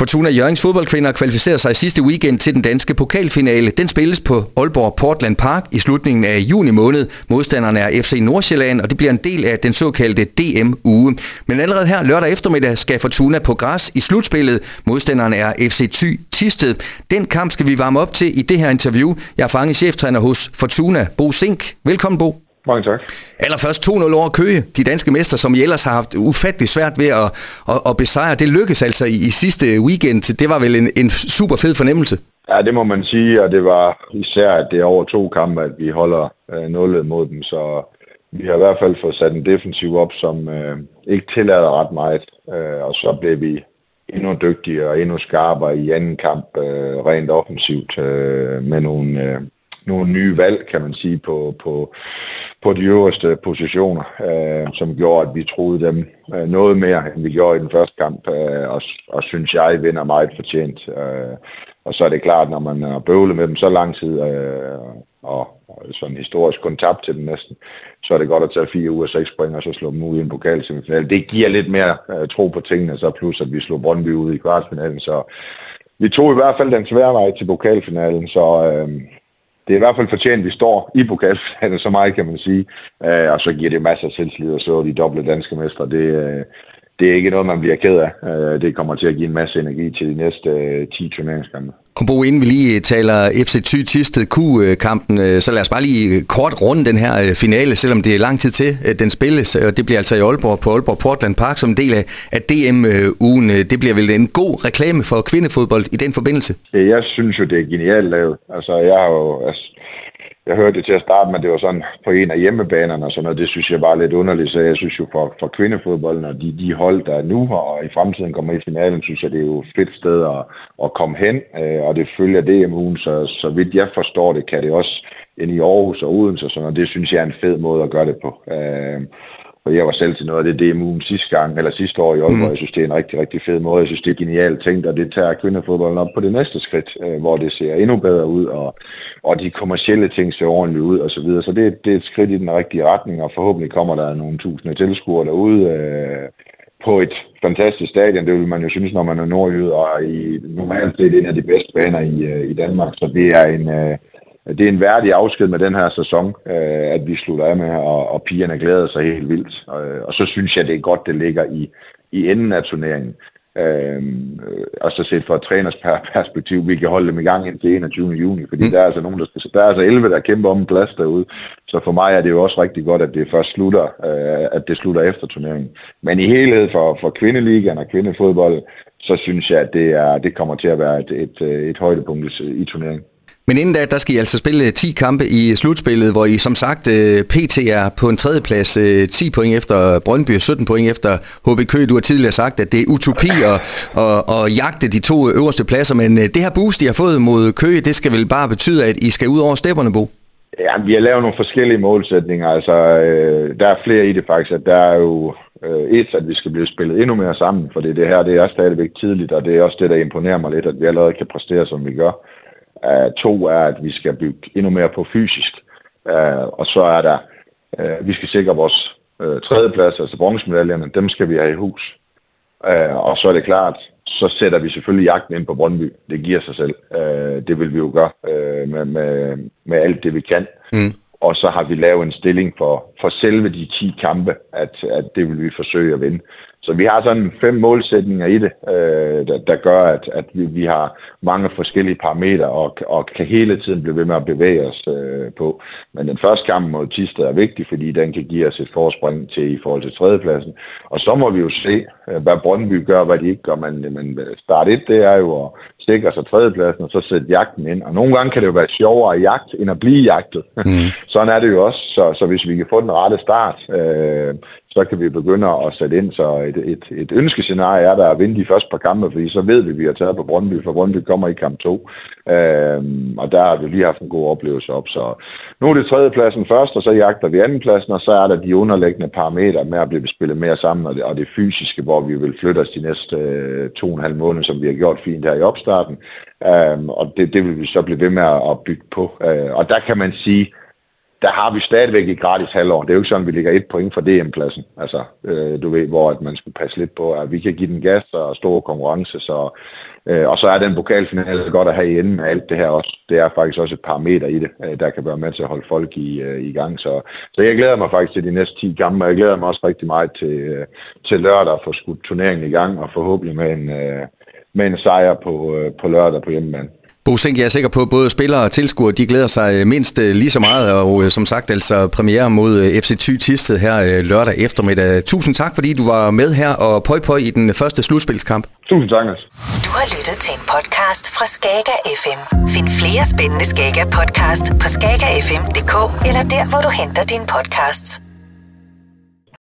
Fortuna Hjørrings fodboldkvinder kvalificerede sig sidste weekend til den danske pokalfinale. Den spilles på Aalborg Portland Park i slutningen af juni måned. Modstanderne er FC Nordsjælland, og det bliver en del af den såkaldte DM-uge. Men allerede her lørdag eftermiddag skal Fortuna på græs i slutspillet. Modstanderne er FC Thy Thisted. Den kamp skal vi varme op til i det her interview. Jeg er fanget cheftræner hos Fortuna, Bo Zink. Velkommen, Bo. Mange tak. Allerførst 2-0 over Køge, de danske mester, som I ellers har haft ufattelig svært ved at besejre. Det lykkedes altså i sidste weekend. Det var vel en super fed fornemmelse? Ja, det må man sige, og det var især, at det er over 2 kampe, at vi holder nullet mod dem, så vi har i hvert fald fået sat en defensiv op, som ikke tillader ret meget, og så blev vi endnu dygtigere og endnu skarpere i anden kamp, rent offensivt, med nogle nye valg, kan man sige, på de øverste positioner, som gjorde, at vi troede dem noget mere, end vi gjorde i den første kamp, og synes jeg vinder meget fortjent. Og så er det klart, når man har bøvlet med dem så lang tid, og sådan historisk kun tabt til dem næsten, så er det godt at tage 4 uger 6 point, og så slå dem ud i en pokalsemifinal. Det giver lidt mere tro på tingene, så plus at vi slog Brøndby ud i kvartfinalen, så vi tog i hvert fald den svære vej til pokalfinalen, så det er i hvert fald fortjent, at vi står i pokalfinalen, så meget kan man sige, og så giver det masser af selvslid og så de dobbelte danske mestre. Det er ikke noget, man bliver ked af. Det kommer til at give en masse energi til de næste 10 turneringskampe. Og Bo, inden vi lige taler FC Thy Thisted Q-kampen, så lad os bare lige kort runde den her finale, selvom det er lang tid til, den spilles. Og det bliver altså i Aalborg på Aalborg Portland Park som en del af DM-ugen. Det bliver vel en god reklame for kvindefodbold i den forbindelse? Jeg synes jo, det er genialt lavet. Altså, jeg hørte det til at starte med, det var sådan på en af hjemmebanerne og sådan noget. Det synes jeg bare lidt underligt, så jeg synes jo for kvindefodbolden og de hold, der er nu og i fremtiden kommer i finalen, synes jeg, det er jo et fedt sted at komme hen, og det følger DM-ugen, så vidt jeg forstår det, kan det også ind i Aarhus og Odense og sådan noget. Det synes jeg er en fed måde at gøre det på. Og jeg var selv til noget af det DM-ugen sidste år i Aalborg. Jeg synes, det er en rigtig, rigtig fed måde. Jeg synes, det er genialt tænkt, og det tager kvindefodbolden op på det næste skridt, hvor det ser endnu bedre ud, og de kommercielle ting ser ordentligt ud og så videre. Så det er et skridt i den rigtige retning, og forhåbentlig kommer der nogle tusinde tilskuere derude på et fantastisk stadion. Det vil man jo synes, når man er nordjyd, og normalt det er en af de bedste baner i Danmark. Så det er en værdig afsked med den her sæson, at vi slutter af med, og pigerne glæder sig helt vildt. Og så synes jeg, det er godt, det ligger i enden af turneringen. Og så set fra et træners perspektiv, vi kan holde dem i gang indtil 21. juni, fordi der er altså nogen, der er altså 11, der kæmper om en plads derude. Så for mig er det jo også rigtig godt, at det først slutter, at det slutter efter turneringen. Men i helhed for kvindeligaen og kvindefodbold, så synes jeg, at det kommer til at være et højdepunkt i turneringen. Men inden da, der skal I altså spille 10 kampe i slutspillet, hvor I som sagt PT er på en 3. plads, 10 point efter Brøndby og 17 point efter HB Køge. Du har tidligere sagt, at det er utopi at jagte de 2 øverste pladser, men det her boost, I har fået mod Køge, det skal vel bare betyde, at I skal ud over stepperne, Bo? Ja, vi har lavet nogle forskellige målsætninger. Altså, der er flere i det faktisk, at der er jo at vi skal blive spillet endnu mere sammen, for det her, det er stadigvæk tidligt, og det er også det, der imponerer mig lidt, at vi allerede kan præstere, som vi gør. 2 er, at vi skal bygge endnu mere på fysisk, og så er der, vi skal sikre vores 3. plads, altså bronzemedaljerne, dem skal vi have i hus. Og så er det klart, så sætter vi selvfølgelig jagten ind på Brøndby. Det giver sig selv. Det vil vi jo gøre med alt det, vi kan. Og så har vi lavet en stilling for selve de 10 kampe, at det vil vi forsøge at vinde. Så vi har sådan 5 målsætninger i det, der gør, at vi har mange forskellige parametre og kan hele tiden blive ved med at bevæge os på. Men den første kamp mod Thisted er vigtig, fordi den kan give os et forspring i forhold til 3. pladsen. Og så må vi jo se, hvad Brøndby gør, hvad de ikke gør. Men start 1, det er jo at sikre sig 3. pladsen, og så sætte jagten ind. Og nogle gange kan det jo være sjovere at jagte, end at blive jagtet. Sådan er det jo også. Så hvis vi kan få den rette start, så kan vi begynde at sætte ind. Så et ønskescenarie er der at vinde de første par kampe, fordi så ved vi, at vi har taget på Brøndby, for Brøndby kommer i kamp 2. Og der har vi lige haft en god oplevelse op. Så nu er det 3. pladsen først, og så jagter vi 2. pladsen, og så er der de underliggende parametre med at blive spillet mere sammen, og det fysiske, hvor vi vil flytte os de næste 2,5 måneder, som vi har gjort fint her i opstarten. Og det vil vi så blive ved med at bygge på. Og der kan man sige, der har vi stadigvæk et gratis halvår. Det er jo ikke sådan, vi ligger 1 point for DM-pladsen. Altså, du ved, hvor at man skal passe lidt på, at vi kan give den gas og store konkurrence. Og så er den pokalfinale godt at have i enden med alt det her også. Det er faktisk også et parameter i det, der kan være med til at holde folk i gang. Så jeg glæder mig faktisk til de næste 10 kampe, og jeg glæder mig også rigtig meget til lørdag at få skudt turneringen i gang, og forhåbentlig med en sejr på lørdag på hjemmebane. Bo Zink, jeg er sikker på, at både spillere og tilskuere, de glæder sig mindst lige så meget, og som sagt altså premiere mod FC Thy Thisted her lørdag eftermiddag. Tusind tak, fordi du var med her, og pøj i den første slutspilskamp. Tusind tak, Mads. Du har lyttet til en podcast fra Skager FM. Find flere spændende Skager podcast på skagerfm.dk eller der, hvor du henter dine podcasts.